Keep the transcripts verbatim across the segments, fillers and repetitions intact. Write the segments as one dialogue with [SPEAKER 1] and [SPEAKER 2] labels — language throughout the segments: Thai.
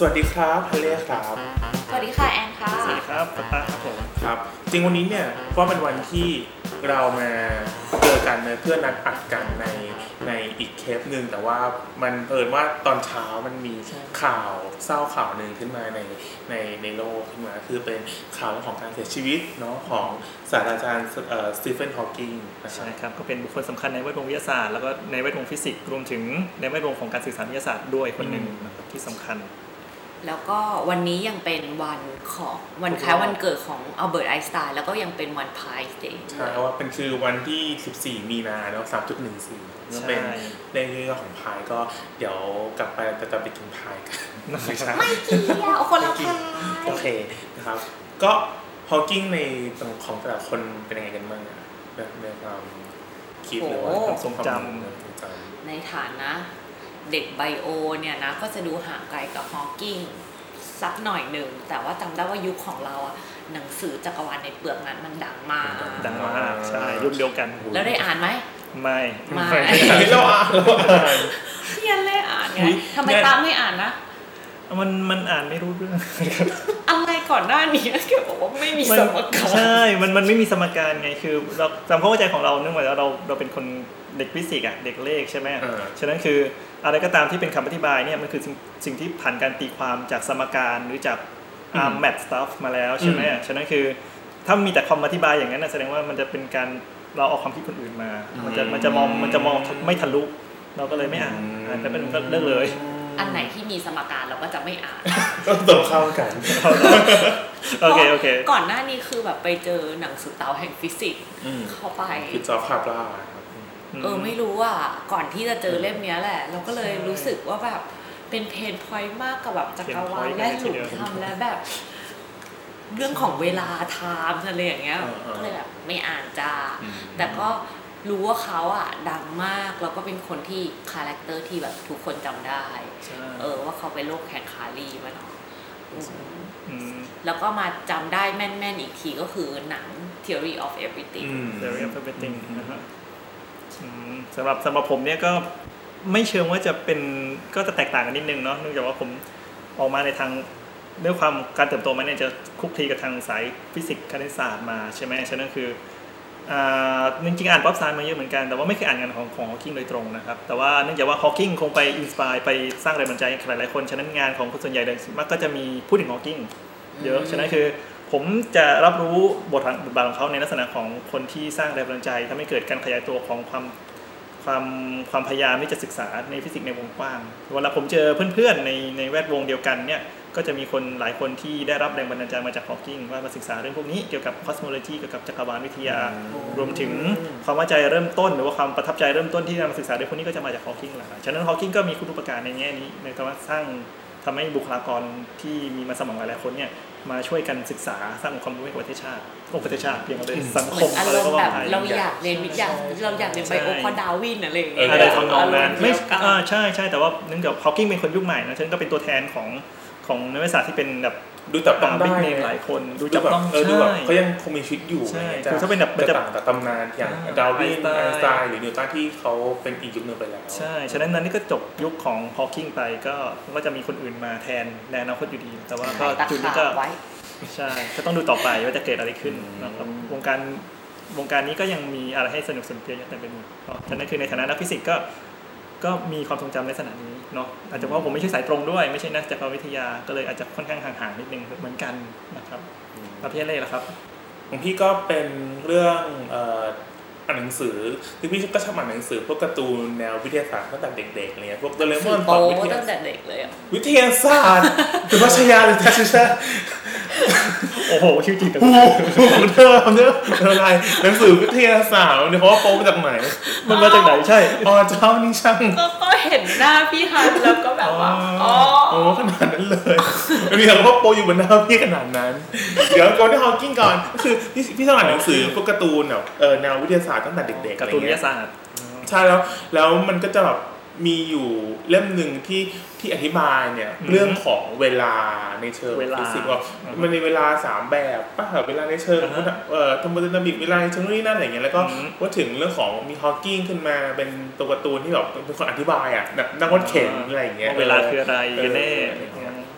[SPEAKER 1] วัสดีครับฮัลเล่ครับ
[SPEAKER 2] สวัสดีค่ะแอนค่ะ
[SPEAKER 3] สวัสดีครับป๊าป๊าครับผม
[SPEAKER 1] ครับจริงวันนี้เนี่ยก็เป็นวันที่เรามาเจอกันเพื่อนัดอัดกันในในอีกเทปนึงแต่ว่ามันเผอิญว่าตอนเช้ามันมีข่าวเศร้าข่าวนึงขึ้นมาในในในโลกขึ้นมาคือเป็นข่าวเรื่องของการเสียชีวิตเนาะของศาสตราจารย์เอ่อสตีเฟนฮอว์กิง
[SPEAKER 3] ใช่ครับก็เป็นบุคคลสำคัญในแวดวงวิทยาศาสตร์แล้วก็ในแวดวงฟิสิกส์รวมถึงในแวดวงของการสื่อสารวิทยาศาสตร์ด้วยคนหนึ่งนะครับที่สำคัญ
[SPEAKER 2] แล้วก็วันนี้ยังเป็นวันของวันคล้ายวันเกิดของอัลเบิร์ตไอน์สไตน์แล้วก็ยังเป็นวันพายส์เดย์
[SPEAKER 1] ใช่เพราะว่าเป็นคือวันที่สิบสี่มีนาเนาะ สามจุดหนึ่งสี่ ก็เป็นในเรื่องของพายก็เดี๋ยวกลับไปจะจะไปกินพายกัน
[SPEAKER 2] ไม่ใช่ไม่เกี่ยวคนละพาย
[SPEAKER 1] โอเคนะครับก็ฮอว์กิงในของแต่ละคนเป็นยังไงกันบ้างแบบในความคิดหรือว่าความทรงจ
[SPEAKER 2] ำในฐานะเด็กไบโอเนี่ยนะก็จะดูห่างไกลกับฮอว์กิงสักหน่อยหนึ่งแต่ว่าจำได้ว่ายุคของเราอ่ะหนังสือจักรวาลในเปลือกนั้นมันดังมาก
[SPEAKER 3] ดังมากใช่ยุคเดียวกัน
[SPEAKER 2] แล้วได้อ่านไหม
[SPEAKER 3] ไม่
[SPEAKER 2] ไม่
[SPEAKER 1] เราอ่านเราอ่าน
[SPEAKER 2] พี่ยันเล่อ่านไงทำไมตามไม่อ่านนะ
[SPEAKER 3] มันมันอ่านไม่รู้เรื่อง
[SPEAKER 2] อะไรก่อนหน้านี้แกบอกว่าไม่มีสมการ
[SPEAKER 3] ใช่มันมันไม่มีสมการไงคือเราจำความเข้าใจของเราเนื่องจากเราเราเป็นคนเด็กฟิสิกส์อ่ะเด็กเลขใช่ไหมฉะนั้นคืออะไรก็ตามที่เป็นคำอธิบายเนี่ยมันคือสิ่งที่ผ่านการตีความจากสมการหรือจาก math stuff มาแล้วใช่ไหมฉะนั้นคือถ้ามีแต่คำอธิบายอย่างนั้นแสดงว่ามันจะเป็นการเราเอาความคิดคนอื่นมามันจะมันจะมองมันจะมองไม่ทะลุเราก็เลยไม่อ่านอ่านแต่เป็นก็เลิกเลย
[SPEAKER 2] อันไหนที่มีสมการเราก็จะไม่อ่าน
[SPEAKER 1] ก็ตรงเข้ากัน
[SPEAKER 3] โอเคโอเค
[SPEAKER 2] ก่อนหน้านี้คือแบบไปเจอหนังสือเตาแห่งฟิสิกส์เข้าไป
[SPEAKER 1] คือจอภาพล่า
[SPEAKER 2] เออไม่รู้อ่ะก่อนที่จะเจอเล่มนี้แหละเราก็เลยรู้สึกว่าแบบเป็นเพนพอยต์มากกับแบบจักรวาลและหลุมทำและแบบเรื่องของเวลาไทม์อะไรอย่างเงี้ยก็เลยแบบไม่อ่านจ้าแต่ก็รู้ว่าเขาอ่ะดังมากแล้วก็เป็นคนที่คาแรคเตอร์ที่แบบทุกคนจำได้เออว่าเขาเป็นโรคแห่งคารีมาเนาะแล้วก็มาจำได้แม่นๆอีกทีก็คือหนัง Theory of Everything
[SPEAKER 3] Theory of Everything นะฮะสำหรับสำหรับผมเนี่ยก็ไม่เชิงว่าจะเป็นก็จะแตกต่างกันนิดนึงเนาะเนื่องจากว่าผมออกมาในทางด้วยความการเติบโตมาเนี่ยจะคลุกคลีกับทางสายฟิสิกส์คณิตศาสตร์มาใช่ไหมฉะนั้นคืออ่าจริงๆอ่านป๊อปไซน์มาเยอะเหมือนกันแต่ว่าไม่เคยอ่านงานของของฮอว์กิงโดยตรงนะครับแต่ว่าเนื่องจากว่าฮอว์กิงคงไปอินสไปร์ไปสร้างแรงบันดาลใจให้หลายๆคนฉะนั้นงานของคนส่วนใหญ่มักก็จะมีพูดถึงฮอว์กิงเยอะฉะนั้นคือผมจะรับรู้บทบาทของเขาในลักษณะของคนที่สร้างแรงบันดาลใจทำให้เกิดการขยายตัวของความความความพยายามที่จะศึกษาในฟิสิกส์ในวงกว้างเวลาผมเจอเพื่อนๆในในแวดวงเดียวกันเนี่ยก็จะมีคนหลายคนที่ได้รับแรงบันดาลใจมาจากฮอว์กิงว่ามาศึกษาเรื่องพวกนี้เกี่ยวกับคอสโมโลจีเกี่ยวกับจักรวาลวิทยารวมถึงความเข้าใจเริ่มต้นหรือว่าความประทับใจเริ่มต้นที่นำมาศึกษาเรื่องพวกนี้ก็จะมาจากฮอว์กิงแหละฉะนั้นฮอว์กิงก็มีคุณูปการในแง่นี้ในการสร้างทำให้บุคลากรที่มีมาสมัครหลายๆคนเนี่ยมาช่วยกันศึกษาสร้างความรู้ให้กับประเทศชาติโอ้ประเทศชาติเพียงแต่สังคม
[SPEAKER 2] อะไรก็ว่าไปเราอยากเรียนวิทยาเราอยากเรียนไบโอคอดาวินอะไรอย่างเงี้ย
[SPEAKER 3] อะไรทำนองนั้นไม่อ่าใช่ๆแต่ว่าเนื่องจากฮอว์กิงเป็นคนยุคใหม่นะฉะนั้นก็เป็นตัวแทนของของนักวิทยาศาสตร์ที่เป็นแบบ
[SPEAKER 1] ดูจับต้องได้
[SPEAKER 3] หลายคนดูจับต้อง
[SPEAKER 1] เออดูแบบเขายังคงมีชีวิตอยู่
[SPEAKER 3] ใช่คือเขาเป็นแบบ
[SPEAKER 1] จะต่างจากตำนานอย่างดาร์วินไอน์สไตน์หรือนิวตันที่เขาเป็นอีกยุคนึงไปแล้ว
[SPEAKER 3] ใช่ฉะนั้นนั้นนี่ก็จบยุคของฮอว์กิงไปก็ก็จะมีคนอื่นมาแทนในอนาคตอยู่ดีแต่ว่าก็จุดนี้ก็ใช่ก็ต้องดูต่อไปว่าจะเกิดอะไรขึ้นนะครับวงการวงการนี้ก็ยังมีอะไรให้สนุกสนใจเยอะเต็มไปหมดฉะนั้นคือในฐานะนักฟิสิกส์ก็ก็มีความทรงจำในลักษณะนี้เนาะอาจจะเพราะผมไม่ใช่สายตรงด้วยไม่ใช่นักจักรวิทยาก็เลยอาจจะค่อนข้างห่างๆนิดนึงเหมือนกันนะครับประเภทเล่ครับ
[SPEAKER 1] ของพี่ก็เป็นเรื่องเอ่ออ่านหนังสือคือพี่ก็ชอบอ่านหนังสือพวกการ์ตูนแนววิทยาศาสตร์ตั้งแต่เด็กๆอะไรเงี้ยพวกโดเรมอน
[SPEAKER 2] ตอนวิทยาศาสตร์ตั้งแต่เด็กเลยอ่ะ
[SPEAKER 1] วิทยาศาสตร์คือวัชยาหรือทัศชา
[SPEAKER 3] โอ้โหชื่อจริงแต่
[SPEAKER 1] โอ้โหเธอเนื้ออะไรหนังสือวิทยาศาสตร์เนี่ยเพราะว่าโป๊มาจากไหน
[SPEAKER 3] มันมาจากไหนใช่
[SPEAKER 1] อ๋อเจ้านี่ช่าง
[SPEAKER 2] ก็เห็นหน้าพี่ฮันแล้วก็แบบว่าอ๋อ
[SPEAKER 1] โอ้ขนาดนั้นเลยมีแต่ว่าโป๊อยู่บนหน้าพี่ขนาดนั้นเดี๋ยวก่อนที่ฮอว์กิงก่อนก็คือพี่พี่ชอบอ่านหนังสือพวกการ์ตูนแบบเออแนววิทยาศาสตร์ตั้งแต่เด็กๆ
[SPEAKER 3] การ์ตูนวิทยาศาสตร์
[SPEAKER 1] ใช่แล้วแล้วมันก็จะแบบมีอยู่เล่มหนึ่งที่ที่อธิบายเนี่ยเรื่องของเวลาในเชิงฟิสิกส์ว่ามันมีเวลาสามแบบป่ะเวลาในเชิงเอ่อเทอร์โมไดนามิกเวลาในเชิงนี่นั่นอะไรเงี้ยแล้วก็ว่าถึงเรื่องของมีฮอว์กิงขึ้นมาเป็นตัวการ์ตูนที่แบบเป็นคนอธิบายอ่ะนักวัดเข็มอะไรอย่างเงี้ย
[SPEAKER 3] เวลาคืออะไรกันแน่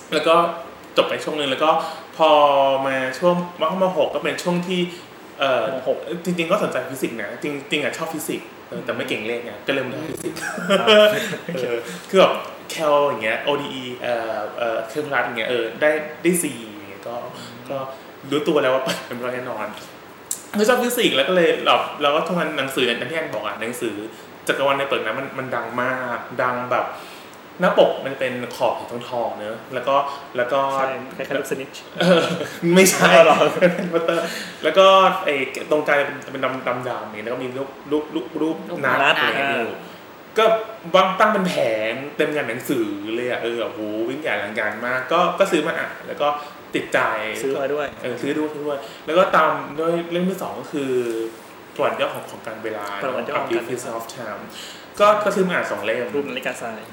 [SPEAKER 1] แล้วก็จบไปช่วงนึงแล้วก็พอมาช่วงม.ห้าม.หกก็เป็นช่วงที่เอ่อจริงๆก็สนใจฟิสิกส์นะจริงๆอ่ะชอบฟิสิกส์แต่ไม่เก่งเลขไงก็เลยมาเรียนฟิสิกส์คือแบบแคลอย่างเงี้ย โอ ดี อี เอ่อเอ่อเครื่องรัดอย่างเงี้ยเออได้ได้ C ก็ก็รู้ตัวแล้วว่าเป็นร้อยแน่นอนก็ชอบฟิสิกส์แล้วก็เลยเราเราก็ทำงานหนังสืออย่างที่อันบอกอ่ะหนังสือจักรวาลในเปิดน้ำมันมันดังมากดังแบบหน้าปกมันเป็นขอบสีทองๆเนอะแล้วก็แล้วก็
[SPEAKER 3] คล้ายๆลูกสนิท
[SPEAKER 1] ไม่ใช่หรอกแล้วก็ไอ้ตรงกลางเป็นดำดำดำนี่แล้วก็มีรูปรูปรูปรูปนัดอะไรอยู่ก็วางตั้งเป็นแผงเต็มงานหนังสือเลยอ่ะเออโอ้โหวิ่งใหญ่อลังการมากก็ก็ซื้อมาอ่านแล้วก็ติดใจ
[SPEAKER 3] ซื้อมาด้วย
[SPEAKER 1] เออซื้อด้วยซื้อด้วยแล้วก็ตามด้วยเรื่องที่สองก็คือประวัติย่อของของการเวลา
[SPEAKER 3] ประวัติย่อของการ
[SPEAKER 1] History of Time ก็ก็ซื้อมาอ่านสองเล่ม
[SPEAKER 3] รูปนาฬิกาทราย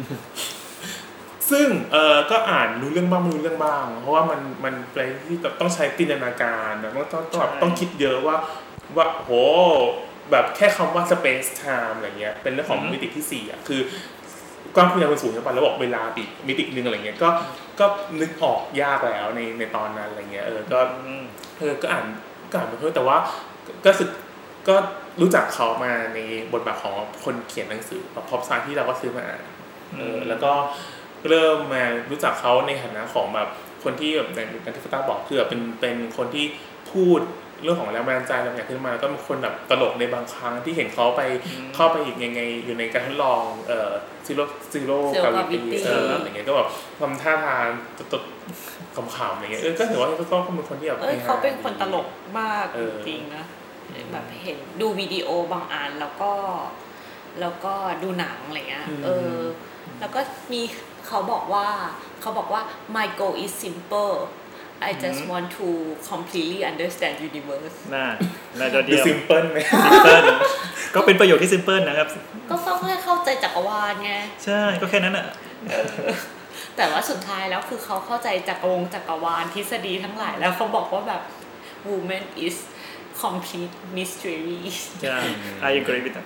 [SPEAKER 1] ซึ่งเออก็อ่านรู้เรื่องบ้างไม่รู้เรื่องบ้างเพราะว่ามันมันไปที่ต้องใช้จินตนาการนะต้องต้องต้องต้องคิดเยอะว่าว่าโหแบบแค่คำว่า space time อะไรเงี้ยเป็นเรื่องของมิติที่สี่อ่ะคือกว้างขยายเป็นศูนย์ใช่ป่ะแล้วบอกเวลาอีกมิตินึงอะไรเงี้ยก็ก็นึกออกยากแล้วในในตอนนั้นอะไรเงี้ยเออก็เออก็อ่านก็อ่านไปเพิ่มแต่ว่าก็สึกก็รู้จักเขามาในบทบาทของคนเขียนหนังสือแบบพอปซายที่เราก็ซื้อมาอ่านเออแล้วก็เริ่มมารู้จักเขาในฐานะของแบบคนที่แบบอย่างที่ฟต้าบอกคือแบบเป็นเป็นคนที่พูดเรื่องของแรงบันดาลใจอะไรอย่างขึ้นมาแล้วก็มีคนแบบตลกในบางครั้งที่เห็นเขาไปเข้าไปอีกยังไงอยู่ในการทดลองเอ่อซีโร่ซีโร่กราวิตี้เอออะไรเงี้ยก็แบบทำท่าทางตดขำๆอะไรเงี้ยเออก็ถือว่าเขาก็เป็นคนที่แบบ
[SPEAKER 2] เออเขาเป็นคนตลกมากจริงนะแบบเห็นดูวิดีโอบางอันแล้วก็แล้วก็ดูหนังอะไรเงี้ยเออแล้วก็มีเขาบอกว่าเขาบอกว่า my goal is simple I just want to completely understand universe
[SPEAKER 3] น่าน่าจะเดียว
[SPEAKER 1] simple มั้ย
[SPEAKER 3] simple ก็เป็นประโยคที่ simple นะครับ
[SPEAKER 2] ก็เพื่อให้เข้าใจจักรวาลไง
[SPEAKER 3] ใช่ก็แค่นั้นน่ะ
[SPEAKER 2] แต่ว่าสุดท้ายแล้วคือเขาเข้าใจจักรวงจักรวาลทฤษฎีทั้งหลายแล้วเขาบอกว่าแบบ woman is complete mystery
[SPEAKER 3] ใช่ I agree with that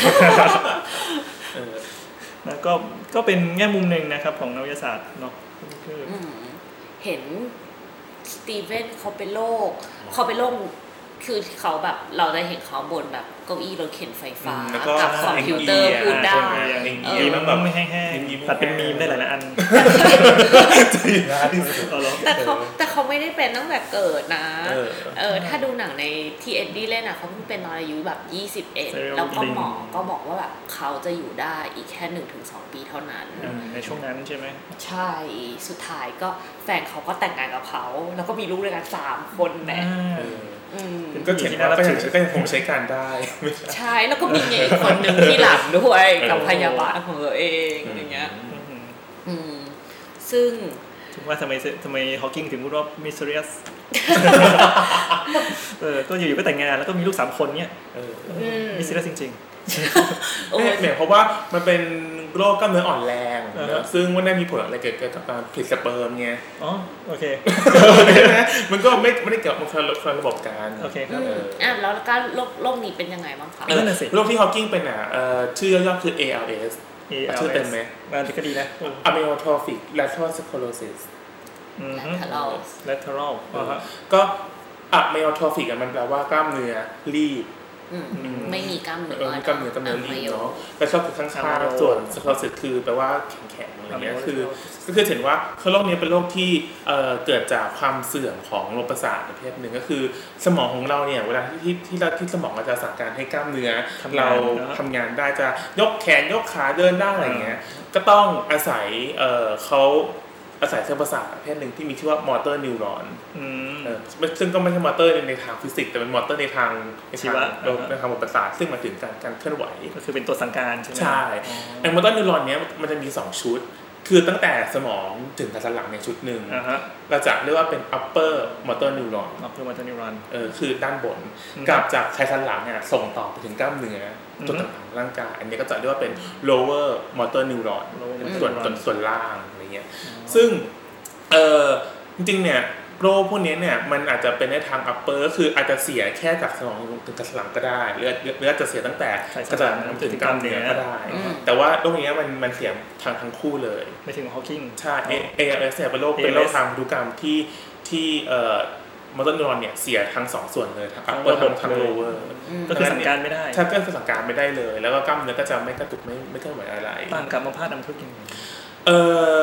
[SPEAKER 3] แล้วก็ก็เป็นแง่มุมหนึ่งนะครับของนักวิทยาศาสตร์เนาะ
[SPEAKER 2] เห็นสตีเวนเขาเป็นโรคเขาเป็นโรคคือเขาแบบเราได้เห็นเขาบนแบบเก้าอี้รถเข็นไฟฟ้ากับคอมพิวเตอร์พูดได้
[SPEAKER 3] เออมันแบบไม่แห้งๆตัดเป็นมีมได้หลายอัน
[SPEAKER 2] แต่เขาแต่เขาไม่ได้เป็นตั้งแต่เกิดนะเออถ้าดูหนังในที่เอ็ดดี้เล่นอ่ะเขาเพิ่งเป็นตอนอายุแบบยี่สิบเอ็ดแล้วก็หมอก็บอกว่าแบบเขาจะอยู่ได้อีกแค่ หนึ่งถึงสอง ปีเท่านั้น
[SPEAKER 3] ในช่วงนั้นใช่ไหม
[SPEAKER 2] ใช่สุดท้ายก็แฟนเขาก็แต่งงานกับเขาแล้วก็มีลูกด้วยกันสามคนแน่
[SPEAKER 1] ก็เห็นว่าก็ยังก็ยังคงใช้การได้
[SPEAKER 2] ใช่แล้วก็มีเงยคนหนึ่งที่หลังด้วยกับพยาบาลของตัวเองอย่างเงี้ยซึ่ง
[SPEAKER 3] ถึงว่าทำไมทำไมฮอว์กิงถึงพูดว่า mysterious เออก็อยู่ๆก็แต่งงานแล้วก็มีลูกสามคนเนี้ยเออ mysterious จริง
[SPEAKER 1] ๆเนี่ยเพราะว่ามันเป็นโรคกล้ามเนื้ออ่อนแรงนะซึ่งมันได้มีผลอะไรเกิดกับการผลิตสเปิร์มไง
[SPEAKER 3] อ๋อโอเค
[SPEAKER 1] มันก็ไม่ไม่ได้เกี่ยวกับคนระบบการ
[SPEAKER 3] โอเคครับ
[SPEAKER 2] อ่ะแล้วการโรคโรคนี้เป็นยังไงบ้างคะ
[SPEAKER 1] โรคที่ฮอว์กิงเป็นอ่ะชื่อย่อคือ เอ แอล เอส ชื่อเต็มไหม
[SPEAKER 3] มันก็ดีนะ
[SPEAKER 1] Amyotrophic Lateral Sclerosis
[SPEAKER 3] lateral
[SPEAKER 1] ก็ Amyotrophic อ่ะมันแปลว่ากล้ามเนื้อรีบ
[SPEAKER 2] ไม่มีกล้ามเนื้
[SPEAKER 1] อกล้ามเนื้อกล้ามเนื้อรีบเนาะแล้วชอบคือข้างๆส่วน Sclerosis คือแปลว่าแข็งๆอะไรเงี้ยคือก็คือเห็นว่าโรคนี้เป็นโรคที่เกิดจากความเสื่อมของระบบประสาทประเภทหนึ่งก็คือสมองของเราเนี่ยเวลาที่ที่เราที่สมองเราจะสั่งการให้กล้ามเนื้อเราทำงานได้จะยกแขนยกขาเดินได้อะไรเงี้ยก็ต้องอาศัยเขาอาศัยเส้นประสาทประเภทหนึ่งที่มีชื่อว่ามอเตอร์นิวรอนซึ่งก็ไม่ใช่มอเตอร์ในทางฟิสิกส์แต่เป็นมอเตอร์ในทางในทางในทางระบบประสาทซึ่งมาถึงการการเคลื่อนไหว
[SPEAKER 3] ก็คือเป็นตัวสั่งการใช่ไหม
[SPEAKER 1] ใช่ไอ้มอเตอร์นิวรอนเนี้ยมันจะมีสองชุดคือตั้งแต่สมองถึงกระสันหลังในชุดหนึ่งเราจะเรียกว่าเป็น upper motor neuron
[SPEAKER 3] upper motor neuron
[SPEAKER 1] เออคือด้านบนกับจากกระสันหลังเนี่ยส่งต่อไปถึงกล้ามเนื้อจุดต่างๆร่างกายอันนี้ก็จะเรียกว่าเป็น lower motor neuron ส่วนส่วนล่างอะไรเงี้ยซึ่งเออจริงๆเนี่ยโรคพวกนี้เนี่ยมันอาจจะเป็นในทาง upper คืออาจจะเสียแค่จากสมองถึงกระสังก็ได้หรือหรืออาจจะเสียตั้งแต่กระสังถึงกล้ามเนื้อก็ได้แต่ว่าโรคนี้มันมันเสียทางทั้งคู่เลย
[SPEAKER 3] ไม่ถึงฮอว์กิง
[SPEAKER 1] ใช่ เอ แอล เอส เนี่ยเป็นโรคเป็นโรคทางพันธุกรรมที่ที่เอ่อมอเตอร์นิวรอนเนี่ยเสียทั้งสองส่วนเลยทั้ง upper ทั้งทั้ง lower
[SPEAKER 3] ก็คือสั่งการไม่ได้
[SPEAKER 1] ถ้าก็สั่งการไม่ได้เลยแล้วก็กล้ามเนื้อก็จะไม่กระตุกไม่ไม่เคลื่อนไหวอะไร
[SPEAKER 3] ต่างกับอัมพาตอัมพฤกษ์ยังไง
[SPEAKER 1] เอ่อ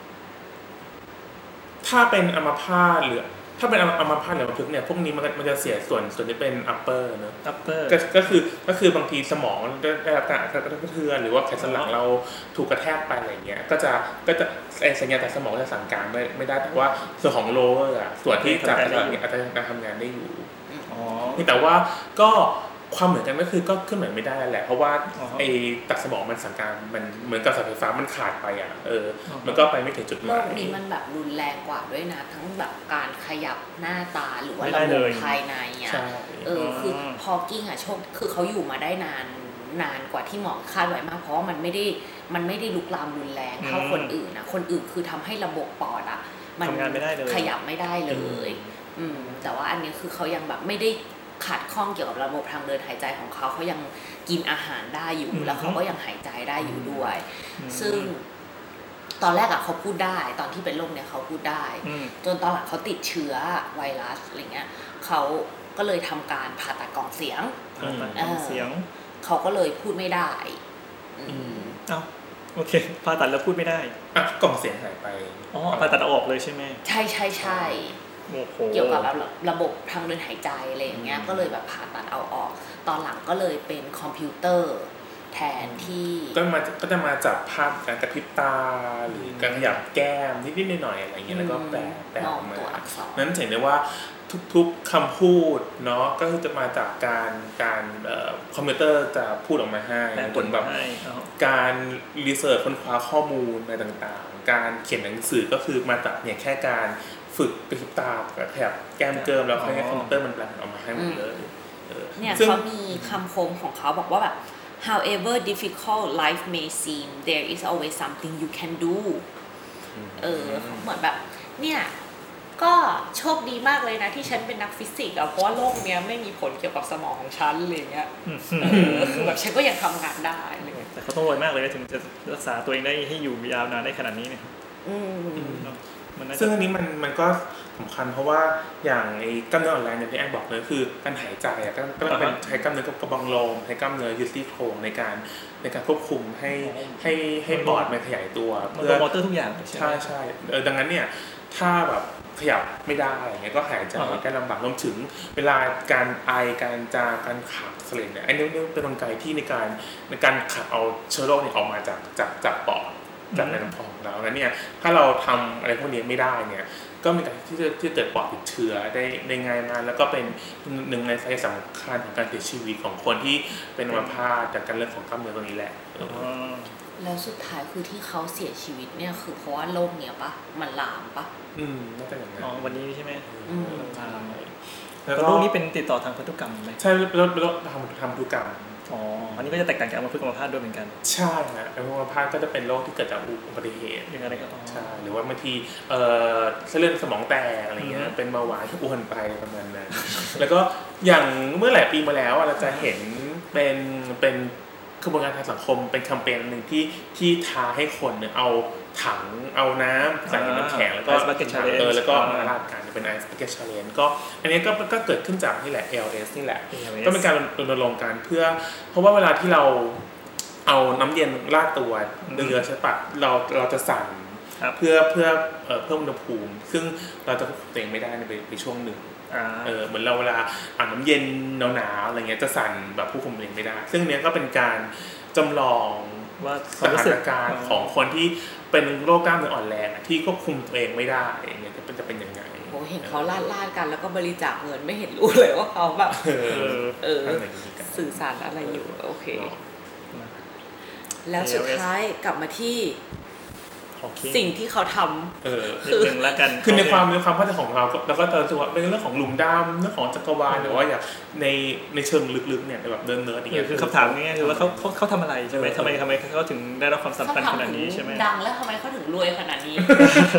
[SPEAKER 1] ถ้าเป็นอัมพาตหรือถ้าเป็นอัมพาตหรืออัมพฤกษ์เนี่ยพวกนี้มันมันจะเสียส่วนส่วนที่เป็น upper เนอะ
[SPEAKER 3] upper
[SPEAKER 1] ก็ก็คือก็คือบางทีสมองได้รับการกระเทือนหรือว่าไขสันหลังเราถูกกระแทกไปอะไรเงี้ยก็จะก็จะสัญญาณจากสมองจะสั่งการไม่ไม่ได้แต่ว่าส่วนของ lower อ่ะส่วนที่จากสมองอาจจะการทำงานได้อยู่อ๋อนี่แต่ว่าก็ความเหมือนกันก็คือก็ขึ้นเหมือนไม่ได้แหละเพราะว่าไอ้ตัดสมองมันสั่งการมันเหมือนกับสายไฟฟ้ามันขาดไปอ่ะเออมันก็ไปไม่ถึงจุดหมาย
[SPEAKER 2] โรคนี้มันแบบรุนแรงกว่าด้วยนะทั้งแบบการขยับหน้าตาหรือว่าระบบภายในอ่ะเออคือฮอว์กิงอ่ะโชคคือเขาอยู่มาได้นานนานกว่าที่หมอคาดไว้มากเพราะว่ามันไม่ได้มันไม่ได้ลุกลามรุนแรงเท่าคนอื่นนะคนอื่นคือทำให้ระบบปอดอ่ะ
[SPEAKER 3] มัน
[SPEAKER 2] ขยับไม่ได้เลยอืมแต่ว่าอันนี้คือเขายังแบบไม่ได้ขาดข้องเกี่ยวกับระบบทางเดินหายใจของเขาเขายังกินอาหารได้อยู่แล้วเขาก็ยังหายใจได้อยู่ด้วยซึ่งตอนแรกอะเขาพูดได้ตอนที่เป็นโรคเนี่ยเขาพูดได้จนตอนหลังเขาติดเชื้อไวรัสอะไรเงี้ยเขาก็เลยทำการผ่าตัดกล่องเสียง
[SPEAKER 3] ผ่าตัดกล่องเสียง
[SPEAKER 2] เขาก็เลยพูดไม่ได้
[SPEAKER 3] เอ้าโอเคผ่าตัดแล้วพูดไม่ได้
[SPEAKER 1] อ่ะกล่องเสียงหายไป
[SPEAKER 3] อ๋อผ่าตัดออกเลยใช่ไหม
[SPEAKER 2] ใช่ใช่ใช่เกี่ยวกับระบบทางเดินหายใจอะไรอย่างเงี้ยก็เลยแบบผ่าตัดเอาออกตอนหลังก็เลยเป็นคอมพิวเตอร์แทนที่
[SPEAKER 1] ก็มาก็จะมาจับภาพการกระพริบตาหรือการขยับแก้มนิดๆหน่อยๆอะไรอย่างเงี้ยแล้วก็แปลแปลออกมานั้นเห็นได้ว่าทุกๆคำพูดเนาะก็คือจะมาจากการการคอมพิวเตอร์จะพูดออกมาให้ผลแบบการรีเสิร์ชค้นคว้าข้อมูลอะไรต่างๆการเขียนหนังสือก็คือมาจากเนี่ยแค่การฝึกกระพริบตาขยับแก้มเกิมแล้วให้คอมพิวเตอร์มันแปลออกมาให้หมดเลย
[SPEAKER 2] เนี่ยเขามีคำคมของเขาบอกว่าแบบ however difficult life may seem there is always something you can do เออเหมือนแบบเนี่ยก็โชคดีมากเลยนะที่ฉันเป็นนักฟิสิกส์อ่ะเพราะว่าโลกเนี้ยไม่มีผลเกี่ยวกับสมองของฉันอะไรเงี้ยคือแบบฉันก็ยังทำงานได้เลย
[SPEAKER 3] แต่เขาต้องรวยมากเลยถึงจะรักษาตัวเองได้ให้อยู่ยาวนานได้ขนาดนี้เนี่ย
[SPEAKER 1] ซึ่งอันนี้มันมันก็สำคัญเพราะว่าอย่างไอ้กล้ามเนื้ออ่อนแรงอย่างที่แอนบอกเลยคือการหายใจอ่ะก็ก็เป็นใช้กล้ามเนื้อกระบังลมใช้กล้ามเนื้อยึดซี่โครงในการในการควบคุมให้ให้ให้ปอดมันขยายตัว
[SPEAKER 3] เพื่อมอเตอร์ทุกอย่าง
[SPEAKER 1] ใช่ใช่เออดังนั้นเนี่ยถ้าแบบขยับไม่ได้อย่างเงี้ยก็หายใจก็ลำบากรวมถึงเวลาการไอการจามการขับเสลดเนี่ยไอ้นี่เป็นกลไกที่ในการในการขับเอาเชื้อโรคเนี่ยออกมาจากจากจากปอดจากในลำคอของเราแล้วเนี่ยถ้าเราทำอะไรพวกนี้ไม่ได้เนี่ยก็มีการที่จะที่เกิดปอดติดเชื้อได้ได้ง่ายมากแล้วก็เป็นหนึ่งในสาเหตุสำคัญของการเสียชีวิตของคนที่เป็นอัมพาตจากการเรื่องของกล้ามเนื้อตรงนี้แหละ
[SPEAKER 2] แล้วสุดท้ายคือที่เขาเสียชีวิตเนี่ยคือเพราะว่าโรคเนี้ยปะมันลามปะ
[SPEAKER 1] อืมน่าจะอย่างนั้น
[SPEAKER 3] อ๋อวันนี้ใช่ไหมอืมลามแล้วโรคนี้เป็นติดต่อทางพันธุกรรมไหม
[SPEAKER 1] ใช่แล้วแล้วทางทางพันธุกรรม
[SPEAKER 3] อ๋ออันนี้ก็จะแตกต่างจากอัมพฤกษ์อัมพาตด้วยเหมือนกัน
[SPEAKER 1] ใช่ฮะอัมพาตก็จะเป็นโรคที่เกิดจากอุบัติเหตุ
[SPEAKER 3] อย่างไรก็
[SPEAKER 1] ใช่หรือว่าบางทีเอ่อเส้นเลือดสมองแตกอะไรเงี้ยเป็นเบาหวานอ้วนไปประมาณนั้นแล้วก็อย่างเมื่อหลายปีมาแล้วเราจะเห็นเป็นเป็นกระบวนการทางสังคมเป็นแคมเปญนึงที่ที่ท้าให้คนเนี่ยเอาถังเอาน้ำใส่น้ำแข็งแล้วก็เออแล้วก็มาราดกันเป็น Ice Bucket Challenge ก็อันนี้ก็ก็เกิดขึ้นจากนี่แหละ แอล เอส นี่แหละก็เป็นการรณรงค์กันเพื่อเพราะว่าเวลาที่เราเอาน้ำเย็นราดตัวเดือดใช่ปะเราเราจะสั่นเพื่อเพื่อเพิ่มอุณหภูมิซึ่งเราจะควบคุมตัวเองไม่ได้ในในช่วงหนึ่งเออเหมือนเราเวลาอาบน้ำเย็นหนาวๆอะไรเงี้ยจะสั่นแบบควบคุมตัวเองไม่ได้ซึ่งเนี้ยก็เป็นการจำลองว่าสถานการณ์ของคนที่เป็นโรคกล้ามเนื้ออ่อนแรงที่ควบคุมตัวเองไม่ได้เนี่ยจะเป็นจะเป็นยังไง
[SPEAKER 2] โอ้เห็นเขาลาดๆกันแล้วก็บริจาคเงินไม่เห็นรู้เลยว่าเขาแบบเออสื่อสารอะไรอยู่โอเคแล้วสุดท้ายกลับมาที่สิ่งที่เขาทำ
[SPEAKER 3] เออคือแล้วกัน
[SPEAKER 1] คือในความในความเข้าใจของเราแล้วก็เจอตัวเป็นเรื่องของหลุมดำเรื่องของจักรวาลหรือว่าอย่างในในเชิงลึกๆเนี่ยแบบเดินเนิร์ดอย่างเงี้ย
[SPEAKER 3] คือคำถามง่ายๆคือว่าเขาเขาเขาทำอะไรใช่ไหมทำไมทำไมเขาถึงได้รับความสำคัญขนาดนี้ใช่ไหม
[SPEAKER 2] ดังแล้วทำไมเขาถึงรวยขนาดนี้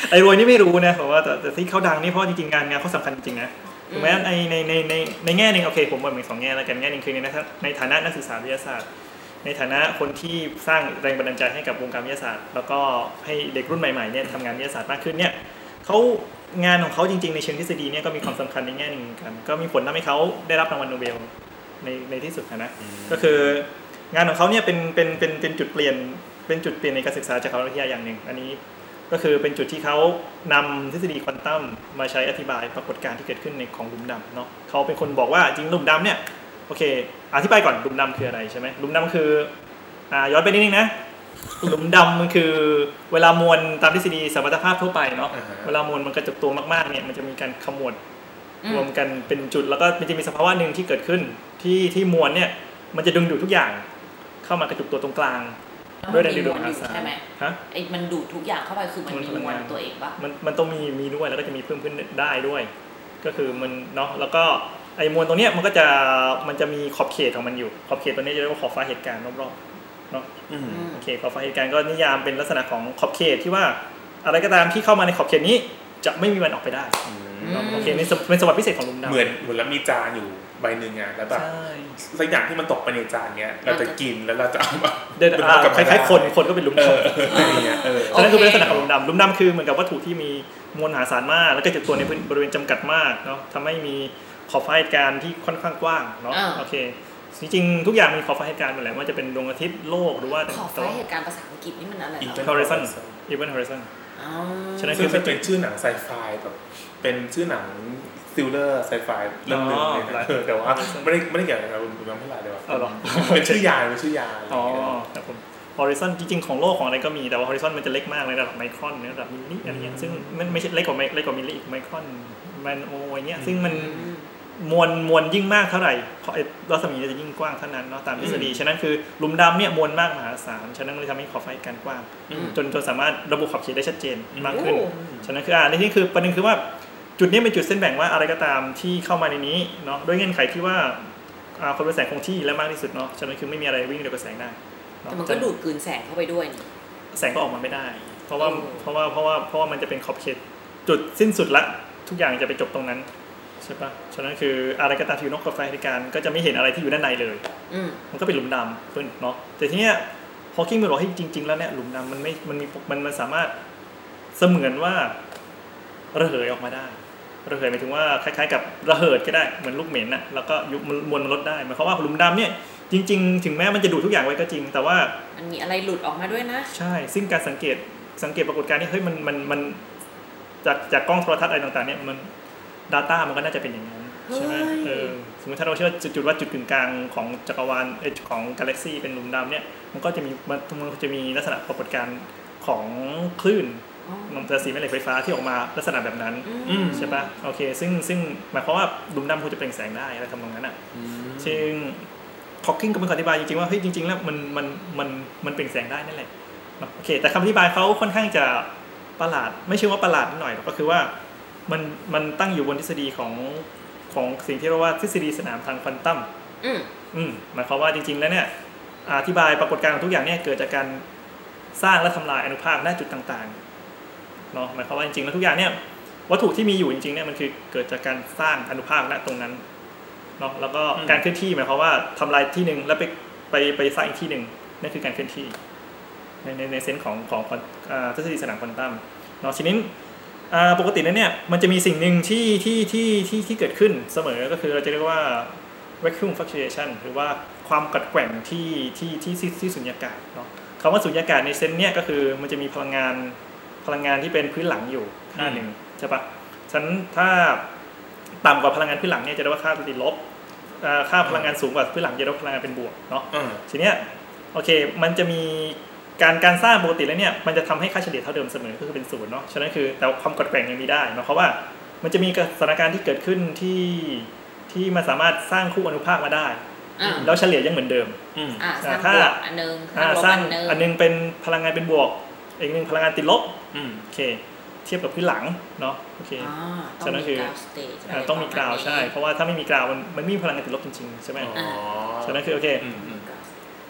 [SPEAKER 3] ไอ้รวยนี่ไม่รู้นะเพราะว่าแต่แต่ที่เขาดังนี่เพราะจริงๆงานงานเขาสำคัญจริงนะถึงแม้ในในในในในแง่นึงโอเคผมบอกมีสองแง่แล้วกันแง่นึงคือในในฐานะนักศึกษาวิทยาศาสตร์ในฐานะคนที่สร้างแรงบันดาลใจให้กับวงการวิทยาศาสตร์แล้วก็ให้เด็กรุ่นใหม่ๆเนี่ยทำงานวิทยาศาสตร์มากขึ้นเนี่ยเขางานของเขาจริงๆในเชิงทฤษฎีเนี่ยก็มีความสำคัญในแง่นึงกันก็มีผลทำให้เขาได้รับรางวัลโนเบลในในที่สุดนะก็คืองานของเขาเนี่ยเป็นเป็นเป็นเป็นจุดเปลี่ยนเป็นจุดเปลี่ยนในการศึกษาจักรวาลวิทยาอย่างหนึ่งอันนี้ก็คือเป็นจุดที่เขานำทฤษฎีควอนตัมมาใช้อธิบายปรากฏการณ์ที่เกิดขึ้นในของหลุมดำเนาะเขาเป็นคนบอกว่าจริงหลุมดำเนี่ยโอเคอธิบายก่อนหลุมดำคืออะไรใช่ไหมหลุมดำคืออ่าย้อนไปนิดนึงนะหลุมดำมันคือเวลามวลตามทฤษฎีสมรรถภาพทั่วไปเนาะเวลามวลมันกระจุกตัวมากๆเนี่ยมันจะมีการขมวดรวมกันเป็นจุดแล้วก็มันจะมีสภาวะหนึ่งที่เกิดขึ้นที่ที่มวลเนี่ยมันจะดึงดูดทุกอย่างเข้ามากระจุกตัวตรงกลางด้วยแรงดึงดูดมหาศาลฮะ
[SPEAKER 2] ไอ้มันดูดทุกอย่างเข้าไปคือมันมีมวลตัวเองปะ
[SPEAKER 3] มันมันต้องมีมีด้วยแล้วก็จะมีเพิ่มขึ้นได้ด้วยก็คือมันเนาะแล้วก็ไอ้มวลตรงเนี้ยมันก็จะมันจะมีขอบเขตของมันอยู่ขอบเขตตัวนี้จะเรียกว่าขอบฟ้าเหตุการณ์รอบๆเนาะโอเคขอบฟ้าเหตุการณ์ก็นิยามเป็นลักษณะของขอบเขตที่ว่าอะไรก็ตามที่เข้ามาในขอบเขตนี้จะไม่มีวันออกไปได้โอเคนี่เป็นสมบัติพิเศษของหลุมดำ
[SPEAKER 1] เหมือนเหมือนแล้วมีจานอยู่ใบหนึ่งไงแล้วแบบสักอย่างที่มันตกไปในจานเงี้ยเราจะกินแล้วเราจะเอามา
[SPEAKER 3] เดินคล้ายๆคนคนก็เป็นหลุมดำอะไรเงี้ยเออฉะนั้นคือเป็นลักษณะของหลุมดำหลุมดำคือเหมือนกับวัตถุที่มีมวลมหาศาลมากแล้วก็จุดตัวในบริเวณจำกัดมากเนาะทำให้มีขอบฟ้าเหตุการณ์ที่ค่อนข้างกว้างเนาะโอเคจริงๆทุกอย่างมีขอบฟ้าเหตุการณ์หมดแหละว่าจะเป็นดวงอาทิตย์โลกหรือว่า
[SPEAKER 2] ขอบฟ้าเหตุการณ์ภาษาอังกฤษนี่มันอะไร
[SPEAKER 3] Event Horizon Event Horizon
[SPEAKER 1] ฉะนั้นคือเป็นชื่อหนังไซไฟแบบเป็นชื่อหนังซิลเลอร์ไซไฟเรื่องนึงแต่ว่าไม่ได้ไม่ได้เกี่ยวกับคุณน้องเท่าไหร่เลยว่าเป็นชื่อยาเป็นชื่อยา
[SPEAKER 3] อ๋อครับผม Horizon จริงๆของโลกของอะไรก็มีแต่ว่า Horizon มันจะเล็กมากในระดับไมครอนในระดับมิลลิอะไรเงี้ยซึ่งมันไม่ใช่เล็กกว่าเล็กกว่ามิลลิอีกไมครอนแมนโออะไรเงี้ยซึ่งมันมวลมวลยิ่งมากเท่าไหร่รัศมีจะยิ่งกว้างเท่านั้นเนาะตามทฤษฎีฉะนั้นคือหลุมดำเนี่ยมวลมากมหาศาลฉะนั้นเลยทำให้ขอบฟ้าเหตุการณ์กว้างจนจนสามารถระบุขอบเขตได้ชัดเจนมากขึ้นฉะนั้นคืออ่าในที่คือประเด็นคือว่าจุดนี้เป็นจุดเส้นแบ่งว่าอะไรก็ตามที่เข้ามาในนี้เนาะด้วยเงื่อนไขที่ว่าความเร็วแสงคงที่และมากที่สุดเนาะฉะนั้นคือไม่มีอะไรวิ่งเร็วกว่าแสงได้
[SPEAKER 2] แต่มันก็ดูดกลืนแสงเข้าไปด้วย
[SPEAKER 3] แสงก็ออกมาไม่ได้เพราะว่าเพราะว่าเพราะว่าเพราะว่ามันจะเป็นขอบเขตจุดสิ้นสุดละทุกอย่างจะไปจบตรงนั้นใช่ปะฉะนั้นคืออะไรก็ตามที่อยู่นอกขอบฟ้าเหตุการณ์ก็จะไม่เห็นอะไรที่อยู่ด้านในเลยมันก็เป็นหลุมดำเพิ่นเนาะแต่ทีเนี้ยฮอว์กิงมันบอกให้จริงๆแล้วเนี่ยหลุมดำมันไม่มันมีมันมันสามารถเสมือนว่าระเหยออกมาได้ระเหยหมายถึงว่าคล้ายๆกับระเหิดก็ได้เหมือนลูกเหม็นน่ะแล้วก็ยุบมวลมันลดได้หมายความว่าหลุมดำเนี่ยจริงๆถึงแม้มันจะดูดทุกอย่างไว้ก็จริงแต่ว่า
[SPEAKER 2] มันมีอะไรหลุดออกมาด้วยนะ
[SPEAKER 3] ใช่ซึ่งการสังเกตสังเกตปรากฏการณ์นี้เฮ้ยมันมันมันจากจากกล้องโทรทัศน์อะไรต่างๆเนี่ยมัน data มันก็น่าจะเป็นอย่างนั้นใช่ไหมเออสมมติถ้าเราเชื่อจุดว่าจุดกึ่งกลางของจักรวาลเอของกาแล็กซี่เป็นหลุมดำเนี่ยมันก็จะมีมันจะมีลักษณะปรากฏการณ์ของคลื่นนำกระแสแม่เหล็กไฟฟ้าที่ออกมาลักษณะแบบนั้นใช่ปะโอเคซึ่งซึ่งหมายความว่าหลุมดำควรจะเปล่งแสงได้อะไรทำนองนั้นอ่ะซึ่งฮอว์กิงก็เป็นคนอธิบายจริงๆว่าเฮ้ยจริงๆแล้วมันมันมันมันเปล่งแสงได้นั่นแหละโอเคแต่คำอธิบายเขาค่อนข้างจะประหลาดไม่ใช่ว่าประหลาดนิดหน่อยก็คือว่ามันมันตั้งอยู่บนทฤษฎีของของสิ่งที่เรียกว่าทฤษฎีสนามทางควอนตัมอืมอืมหมายความว่าจริงๆแล้วเนี่ยอธิบายปรากฏการณ์ของทุกอย่างเนี่ยเกิดจากการสร้างและทำลายอนุภาคณจุดต่างๆเนาะหมายความว่าจริงๆแล้วทุกอย่างเนี่ยวัตถุที่มีอยู่จริงๆเนี่ยมันคือเกิดจากการสร้างอนุภาคณตรงนั้นเนาะแล้วก็การเคลื่อนที่หมายความว่าทำลายที่นึงแล้วไปไปไปสร้างอีกที่นึงนั่นคือการเคลื่อนที่ในในในเซนส์ของของทฤษฎีสนามควอนตัมเนาะทีนี้ปกติแล้วเนี่ยมันจะมีสิ่งหนึ่งที่ที่ที่ที่ที่เกิดขึ้นเสมอก็คือเราจะเรียกว่า vacuum fluctuation หรือว่าความกัดแกว่งที่ที่ที่ที่สุญญากาศเนาะคำว่าสุญญากาศในเซนส์เนี่ยก็คือมันจะมีพลังงานพลังงานที่เป็นพื้นหลังอยู่ค่าหนึ่งใช่ปะฉะนั้นถ้าต่ำกว่าพลังงานพื้นหลังเนี่ยจะเรียกว่าค่าติดลบค่าพลังงานสูงกว่าพื้นหลังจะเรียกว่าพลังงานเป็นบวกเนาะทีเนี้ยโอเคมันจะมีการการสร้างปกติแล้วเนี่ยมันจะทำให้ค่าเฉลี่ยเท่าเดิมเสมอก็คือเป็นศูนย์เนาะฉะนั้นคือแต่ความกัดแกว่งยังมีได้เพราะว่ามันจะมีสถานการณ์ที่เกิดขึ้นที่ที่มันสามารถสร้างคู่อนุภาคมาได้แล้วเฉลี่ยยังเหมือนเดิม
[SPEAKER 2] ถ้าอันนึง
[SPEAKER 3] สร้างอันนึงเป็นพลังงานเป็นบวกอีกนึงพลังงานติดลบโอเคเทียบกับพื้นหลังเนาะโอเคฉะนั้นคือต้องมีกราวใช่เพราะว่าถ้าไม่มีกราวมันมันไม่มีพลังงานติดลบจริงๆใช่ไหมฉะนั้นคือโอเค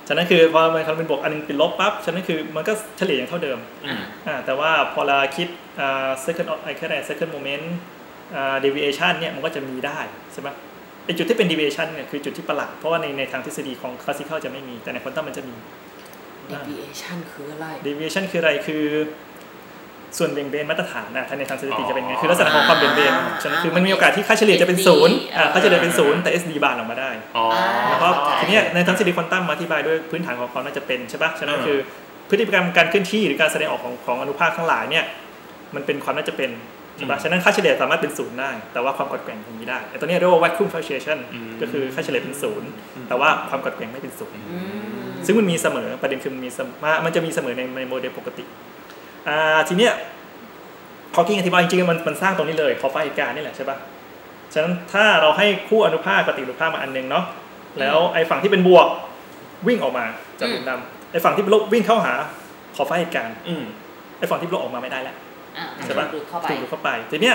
[SPEAKER 3] ฉะนั้นคือพอมันเป็นบวกอันนึงเป็นลบปั๊บฉะนั้นคือมันก็เฉลี่ยอย่างเท่าเดิมอ่าแต่ว่าพอเราคิดอ่า second ไอ้แค่ไหน second moment อ่า deviation เนี่ยมันก็จะมีได้ใช่ไหมไอ้จุดที่เป็น deviation เนี่ยคือจุดที่ประหลาดเพราะว่าในในทางทฤษฎีของ classical จะไม่มีแต่ในควอนตัมมันจะมี
[SPEAKER 2] deviation คืออะไร
[SPEAKER 3] deviation คืออะไรคือส่วนเบี่ยงเบนมาตรฐานนะถ้าในทางสถิติจะเป็นไงคือลักษณะของความเบี่ยงเบนฉะนั้นคือมันมีโอกาสที่ค่าเฉลี่ยจะเป็นศูนย์อ่าค่าเฉลี่ยเป็นศูนย์แต่ เอส ดี บานออกมาได้แล้วก็ทีนี้ในทางทฤษฎีควอนตัมมาอธิบายด้วยพื้นฐานของความน่าจะเป็นใช่ปะฉะนั้นคือพฤติกรรมการเคลื่อนที่หรือการแสดงออกของของอนุภาคทั้งหลายเนี่ยมันเป็นความน่าจะเป็นใช่ปะฉะนั้นค่าเฉลี่ยสามารถเป็นศูนย์ได้แต่ว่าความกดแกว่งตรงนี้ได้ไอ้ตัวนี้เรียกว่า vacuum fluctuation ก็คือค่าเฉลี่ยเป็นศูนย์แต่ว่าความกดแกว่งไม่เป็นศูนย์ซึ่งมันมีเสมอประเด็นคือมันมีมันจะมีเสมอในในโมเดลปกติอ่าทีเนี้ยคอกิ้งอธิบายจริงๆมันมันสร้างตรงนี้เลยขอบฟ้าเหตุการณ์นี่แหละใช่ปะฉะนั้นถ้าเราให้คู่อนุภาคปฏิอนุภาคมาอันนึงเนาะแล้วไอ้ฝั่งที่เป็นบวกวิ่งออกมาจากหลุมดำไอ้ฝั่งที่เป็นลบวิ่งเข้าหาขอบฟ้าเหตุการณ์ไอ้ฝั่งที่เป็นลบออกมาไม่ได้แล้วใช่ปะถูกดูดเข้าไปทีเนี้ย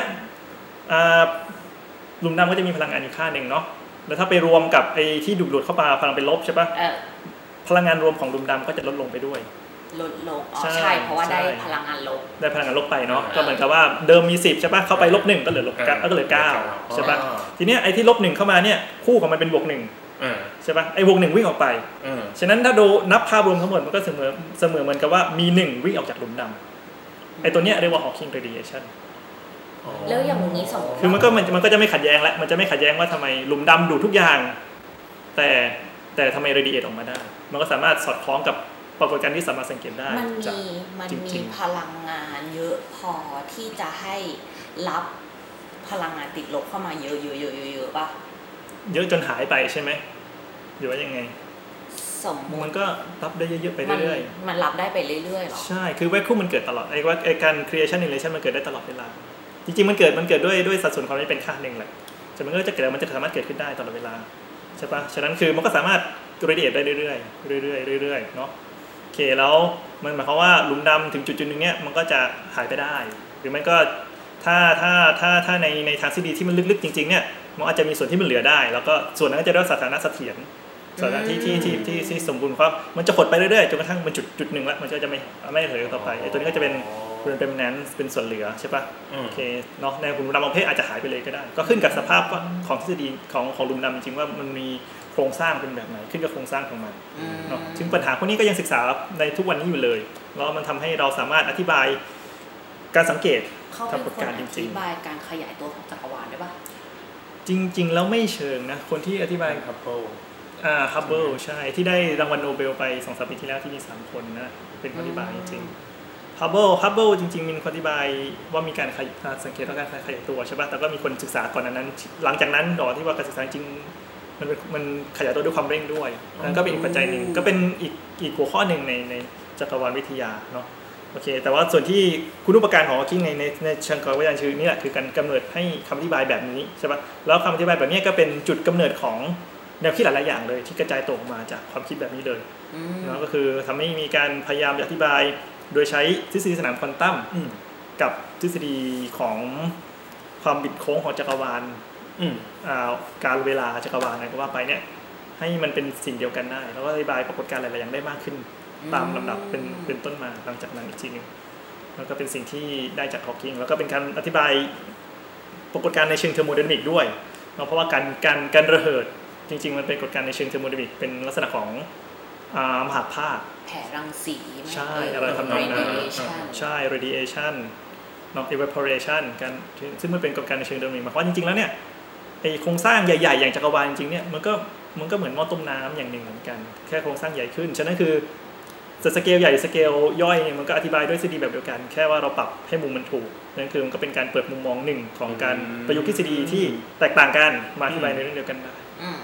[SPEAKER 3] หลุมดำก็จะมีพลังงานอีกค่าหนึ่งเนาะแล้วถ้าไปรวมกับไอ้ที่ดูดดูดเข้ามาพลังเป็นลบใช่ปะพลังงานรวมของหลุมดำก็จะลดลงไปด้วย
[SPEAKER 2] ลดลงอ๋อใช่เพราะว่าได้พลังงานลบ
[SPEAKER 3] ได้พลังงานลบไปเนาะก็เหมือนกับว่าเดิมมีสิบใช่ป่ะเข้าไปลบหนึ่งก็เหลือลบเก้าก็เหลือเก้าใช่ป่ะทีเนี้ยไอ้ที่ลบหนึ่งเข้ามาเนี่ยคู่ของมันเป็นบวกหนึ่งใช่ป่ะไอ้บวกหนึ่งวิ่งออกไปฉะนั้นถ้าดูนับภาพรวมทั้งหมดมันก็เสมอเสมอเหมือนกับว่ามีหนึ่งวิ่งออกจากหลุมดำไอ้ตัวเนี้ยเรียกว่า Hawking radiation
[SPEAKER 2] แล้วอย่างนี้สมมติ
[SPEAKER 3] คือมันก็มันมันก็จะไม่ขัดแย้งแล้วมันจะไม่ขัดแย้งว่าทำไมหลุมดำดูดทุกอย่างแต่แต่ทำไม radiate ออกมาได้มันก็สามารถสอดคล้องกับปรากฏการณ์ที่สามารถสังเกตได้
[SPEAKER 2] มันมีมันมีพลังงานเยอะพอที่จะให้รับพลังงานติดลบเข้ามาเยอะๆๆๆป่ะ
[SPEAKER 3] เยอะจนหายไปใช่ไหมหรือว่ายังไง
[SPEAKER 2] สมมุติ
[SPEAKER 3] มันก็รับได้เยอะๆไปเรื่อย
[SPEAKER 2] ๆมันรับได้ไปเรื่อยๆหรอ
[SPEAKER 3] ใช่คือแวคคูมมันเกิดตลอดไอ้ว่าไอ้การ creation relation มันเกิดได้ตลอดเวลาจริงๆมันเกิดมันเกิดด้วยด้วยสัดส่วนความที่เป็นค่านึงแหละแต่มันก็จะเกิดมันจะสามารถเกิดขึ้นได้ตลอดเวลาใช่ป่ะฉะนั้นคือมันก็สามารถ radiate ได้เรื่อยๆเรื่อยๆเรื่อยๆเนาะโอเคแล้วมันหมายความว่าหลุมดำถึงจุดๆนึงเนี้ยมันก็จะหายไปได้หรือมันก็ถ้าถ้าถ้าถ้าในในทางทฤษฎีที่มันลึกๆจริงๆเนี่ยมันอาจจะมีส่วนที่มันเหลือได้แล้วก็ส่วนนั้นก็จะเรียกว่าสถานะเสถียรสถานะที่ที่ที่ที่ที่สมบูรณ์ครับมันจะหดไปเรื่อยๆจนกระทั่งมันจุดจุดหนึ่งแล้วมันก็จะไม่ไม่เหลือต่อไปไอ้ตัวนี้ก็จะเป็นเป็นเป็นนั้นเป็นส่วนเหลือใช่ป่ะโอเคเนาะในหลุมดำบางเพศอาจจะหายไปเลยก็ได้ก็ขึ้นกับสภาพของทฤษฎีของของหลุมดำจริงว่ามันมีโครงสร้างเป็นแบบไหนขึ้นกับโครงสร้างของมันเนาะซึ่งปัญหาพวกนี้ก็ยังศึกษาในทุกวันนี้อยู่เลยแล้วมันทำให้เราสามารถอธิบายการสังเกต
[SPEAKER 2] ปรากฏการณ์จริงๆอธิบายการขยายตัวของจักรวาลได้ป่ะ
[SPEAKER 3] จริงๆแล้วไม่เชิงนะคนที่อธิบาย
[SPEAKER 1] ฮับเบิล
[SPEAKER 3] อ่าฮับเบิลใช่ที่ได้รางวัลโนเบลไป สองถึงสาม ปีที่แล้วที่มีสามคนนะเป็นคนอธิบายจริงฮับเบิลฮับเบิลจริงๆมีคนอธิบายว่ามีการสังเกตว่าการขยายตัวใช่ป่ะแต่ก็มีคนศึกษาก่อนนั้นหลังจากนั้นดอที่ว่าการศึกษาจริงมันมันขยายตัวด้วยความเร่งด้วยนั่นก็เป็นอีกปัจจัยหนึ่งก็เป็นอีกอีกหัวข้อหนึ่งในในจักรวาลวิทยาเนาะโอเคแต่ว่าส่วนที่คุณูปการของฮอว์กิงในในในเชิงกลวิทยาชื่อนี่แหละคือการกำเนิดให้คำอธิบายแบบนี้ใช่ป่ะแล้วคำอธิบายแบบนี้ก็เป็นจุดกำเนิดของแนวคิดหลายๆอย่างเลยที่กระจายตัวออกมาจากความคิดแบบนี้เลยเนาะก็คือทำให้มีการพยายามอธิบายโดยใช้ทฤษฎีสนามควอนตัมกับทฤษฎีของความบิดโค้งของจักรวาลการเวลาจักรวาลอะไรก็ว่าไปเนี่ยให้มันเป็นสิ่งเดียวกันได้แล้วก็อธิบายปรากฏการณ์หลายๆอย่างได้มากขึ้นตามลำดับเป็นเป็นต้นมาหลังจากนั้นอีกทีนึงแล้วก็เป็นสิ่งที่ได้จากฮอว์กิงแล้วก็เป็นการอธิบายปรากฏการณ์ในเชิงเทอร์โมไดนามิกด้วยเพราะว่าการการการระเหิดจริงๆมันเป็นปรากฏการณ์ในเชิงเทอร์โมไดนามิกเป็นลักษณะของมหาภาค
[SPEAKER 2] แผ่รังสี
[SPEAKER 3] ใช่อะไรทำนองนั้นใช่ radiation เนาะ evaporation กันซึ่งมันเป็นปรากฏการณ์ในเชิงเทอร์โมไดนามิกหมายความว่าจริงๆแล้วเนี่ยไอโครงสร้างใหญ่ๆอย่างจักรวาลจริงๆเนี่ยมันก็มันก็เหมือนหม้อต้มน้ำอย่างหนึ่งเหมือนกันแค่โครงสร้างใหญ่ขึ้นฉะนั้นคือสเกลใหญ่สเกลย่อยเนี่ยมันก็อธิบายด้วยทฤษฎีแบบเดียวกันแค่ว่าเราปรับให้มุมมันถูกนั่นคือมันก็เป็นการเปิดมุมมองหนึ่งของการประยุกต์ทฤษฎีที่แตกต่างกันมาอธิบายในเรื่องเดียวกันได้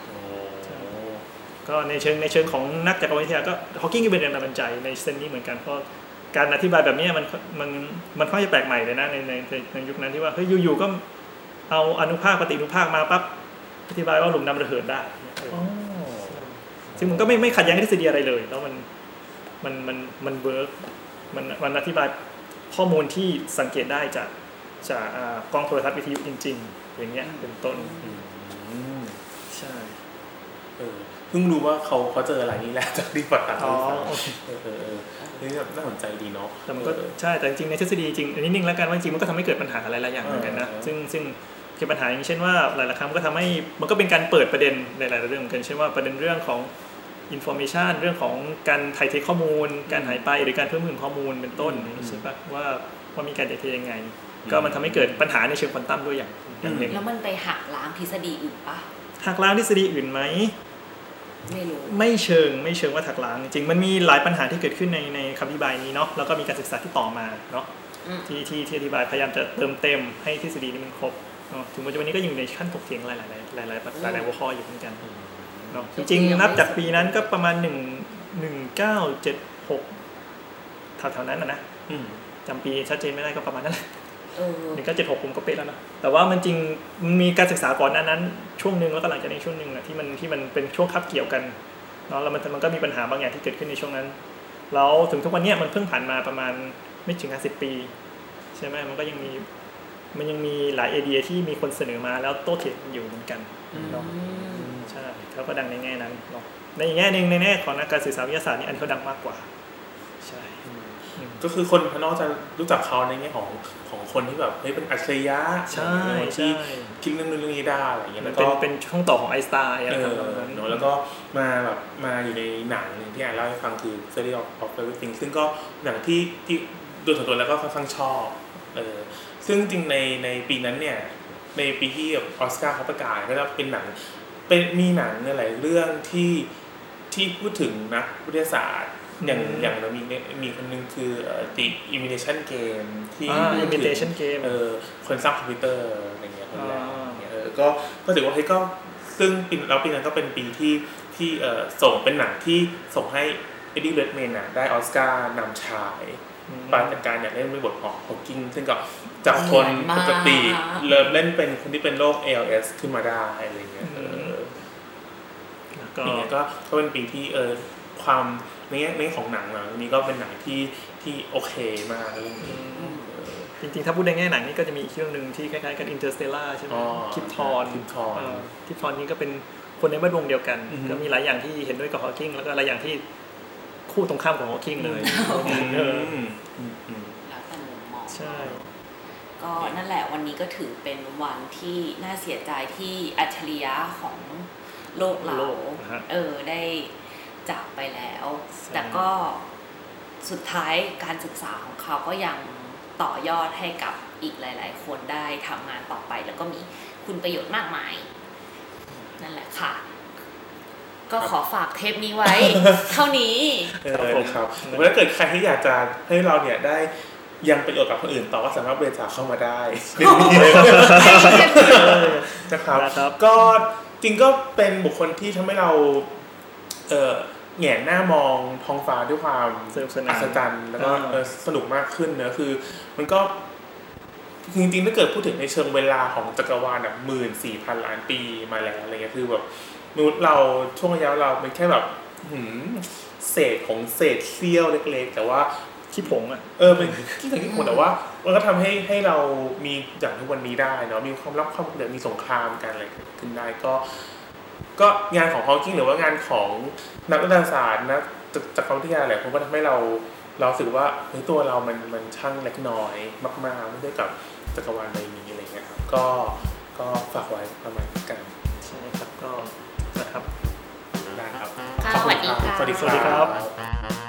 [SPEAKER 3] ก็ในเชิงในเชิงของนักจักรวาลวิทยาก็ฮอว์กิงก็เป็นแรงบันดาลใจในเส้นนี้เหมือนกันเพราะการอธิบายแบบนี้มันมันมันค่อนข้างจะแปลกใหม่เลยนะในในในยุคนั้นที่ว่าเฮ้ยอยู่ๆก็เอาอนุภาคปฏิอนุภาคมาปั๊บอธิบายว่าหลุมดำระเหิดได้ซึ่งมันก็ไม่ไม่ขัดแย้งกับทฤษฎีอะไรเลยแล้วมันมันมันมันเวิร์กมันมันอธิบายข้อมูลที่สังเกตได้จากจากกล้องโทรทัศน์วิทยุจริงๆอย่างเงี้ยเป็นต้นใช่
[SPEAKER 1] เออเพิ่งรู้ว่าเขาเขาเจออะไรนี่แหละจากที่ปัดตัด
[SPEAKER 3] อ๋อ
[SPEAKER 1] เออเออเออนี่แบบน่าสนใจดีเนาะ
[SPEAKER 3] แต่มันก็ใช่แต่จริงๆในทฤษฎีจริงนิดนึงแล้วกันว่าจริงมันก็ทำให้เกิดปัญหาหลายๆอย่างเหมือนกันนะซึ่งซึ่งคือปัญหาอย่างเช่นว่าหลายๆครั้งก็ทำให้มันก็เป็นการเปิดประเด็นในหลายๆเรื่องเหมือนกันเช่นว่าประเด็นเรื่องของ information เรื่องของการถ่ายเทข้อมูลการหายไปหรือการเพิ่มพูนข้อมูลเป็นต้นใช่ปะว่าว่ามีการถ่ายเทยังไงก็มันทำให้เกิดปัญหาในเชิงควอนตัมด้วยอย่างอย่างหนึ่ง
[SPEAKER 2] แล้วมันไปหักล้างทฤษฎีอื่นปะ
[SPEAKER 3] หักล้างทฤษฎีอื่นไหม
[SPEAKER 2] ไม่รู้
[SPEAKER 3] ไม่เชิงไม่เชิงว่าหักล้างจริงๆมันมีหลายปัญหาที่เกิดขึ้นในในคำอธิบายนี้เนาะแล้วก็มีการศึกษาที่ต่อมาเนาะที่ที่ที่อธิบายพยายามจะเติมเต็มให้ทฤษฎีนี้มันครบเนาะถึงปัจจุบันนี้ก็ยังในขั้นถกเถียงหลายๆหลายๆหลายๆหลายๆหัวข้ออยู่เหมือนกันเนาะจริงๆนับจากปีนั้นก็ประมาณหนึ่ง หนึ่งเก้าเจ็ดหกแถวๆนั้นนะนะจำปีชัดเจนไม่ได้ก็ประมาณนั้นแหละหนึ่งเก้าเจ็ดหกผมก็เป๊ะแล้วนะแต่ว่ามันจริงมันมีการศึกษาก่อนนั้นช่วงนึงแล้วก็หลังจากนี้ช่วงนึงนะที่มันที่มันเป็นช่วงคับเกี่ยวกันเนาะแล้วมันมันก็มีปัญหาบางอย่างที่เกิดขึ้นในช่วงนั้นแล้วถึงทุกวันนี้มันเพิ่งผ่านมาประมาณไม่ถึงห้าสิบปีใช่ไหมมันก็ยังมีมันยังมีหลายไอเดียที่มีคนเสนอมาแล้วโต้เถียงอยู่เหมือนกันเนาะใช่เขาก็ดังในแง่นั้นเนาะในอีกแง่นึงในแง่ของนักการสื่อสารวิทยาศาสตร์นี่อันเขาดังมากกว่าใช่
[SPEAKER 1] ก็คือคนภายนอกจะรู้จักเขาในแง่ของของคนที่แบบเฮ้ยเป็นอัจฉริยะ
[SPEAKER 3] ใช่
[SPEAKER 1] ที่คิดเรื่องนู้นเรื่องนี้ได้อะไรอย่างเงี้ย
[SPEAKER 3] แล้วก็เป็นช่วงต่อของไอน์สไตน์อะไร
[SPEAKER 1] แบบนั้นเนาะแล้วก็มาแบบมาอยู่ในหนังนึงที่อ่านเล่าให้ฟังคือ Theory of Everything ซึ่งก็หนังที่ที่โดยส่วนตัวแล้วก็ค่อนข้างชอบเออซึ่งจริงในในปีนั้นเนี่ยในปีที่ออสการ์เขาประกาศก็จะเป็นหนังเป็นมีหนังหลายเรื่องที่ที่พูดถึงนักวิทยาศาสตร์อย่างอย่างเรามีมีคนนึงคือ The Imitation Game ที่
[SPEAKER 3] Imitation Game
[SPEAKER 1] เออคนสร้างคอมพิวเตอร์อะไรเงี้ยคนแรกเออก็ก็ถือว่าเฮ้ยก็ซึ่งปีแล้วปีนั้นก็เป็นปีที่ที่เอ่อส่งเป็นหนังที่ส่งให้เอ็ดดี้ เรดเมนน่ะได้ออสการ์นำชายปานการเนี่ยเล่นเป็นบทของฮอว์กิงซึ่งก็จากคนปกติเริ่มเล่นเป็นคนที่เป็นโรค เอ แอล เอส ขึ้นมาได้อะไรเงี้ยเออก็ก็ก็เป็นปีที่เออความในแง่ในของหนังนะนี่ก็เป็นหนังที่ที่โอเคมากเรื่องนี้
[SPEAKER 3] จริงๆถ้าพูดในแง่หนังนี่ก็จะมีอีกเรื่องนึงที่คล้ายๆกัน Interstellar ใช่มั้ยคิปทอน
[SPEAKER 1] คิปทอน
[SPEAKER 3] คิปทอนนี่ก็เป็นคนในแวดวงเดียวกันก็มีหลายอย่างที่เห็นด้วยกับฮอว์กิงแล้วก็หลายอย่างที่คู่ตรงข้ามของฮอว์กิงเลยเออ
[SPEAKER 2] แล้วแต่มุมมอง
[SPEAKER 3] ใช่
[SPEAKER 2] ก็นั่นแหละวันนี้ก็ถือเป็นวันที่น่าเสียใจที่อัจฉริยะของโลกเราเออได้จากไปแล้วแต่ก็สุดท้ายการศึกษาของเขาก็ยังต่อยอดให้กับอีกหลายๆคนได้ทำงานต่อไปแล้วก็มีคุณประโยชน์มากมายนั่นแหละค่ะก็ขอฝากเทปนี้ไว้ เท่านี้
[SPEAKER 1] ครับถ้าเกิดใครที่อยากจะให้เราเนี่ยได้ยังประโยชน์กับคนอื่นต่อก็สามารถบริจาคเข้ามาได้นะครับก็จริงก็เป็นบุคคลที่ทำให้เราเอ่อแหงนหน้ามองท้องฟ้าด้วยความอัศจรรย์แล้วก็สนุกมากขึ้นเนอะคือมันก็จริงๆถ้าเกิดพูดถึงในเชิงเวลาของจักรวาลแบบหมื่นสี่พันล้านปีมาแล้วอะไรเงี้ยคือแบบมนุษย์เราช่วงระยะเราเป็นแค่แบบเศษของเศษเสี้ยวเล็กๆแต่ว่า
[SPEAKER 3] ขี้ผงอ่ะ
[SPEAKER 1] เออเป็นขี้ผงขี้ผงแต่ว่ามันก็ทำให้ให้เรามีอย่างทุกวันนี้ได้เนาะมีความลับความเดือดมีสงครามกันอะไรขึ้นได้ก็ก็งานของฮอว์กิงหรือว่างานของนักวิทยาศาสตร์นักจักรวิทยาอะไรพวกก็ทำให้เราเราสึกว่าเฮ้ยตัวเรามันมันช่างเล็กน้อยมากๆไม่ได้กับจักรวาลใบนี้อะไรเงี้ยครับก็ก็ฝากไว้ประมาณนี้กัน
[SPEAKER 3] ใช่ครับก็นะครับ
[SPEAKER 1] ได้ครับ
[SPEAKER 2] สวัสดีค่ะ
[SPEAKER 1] สวัสดีครับ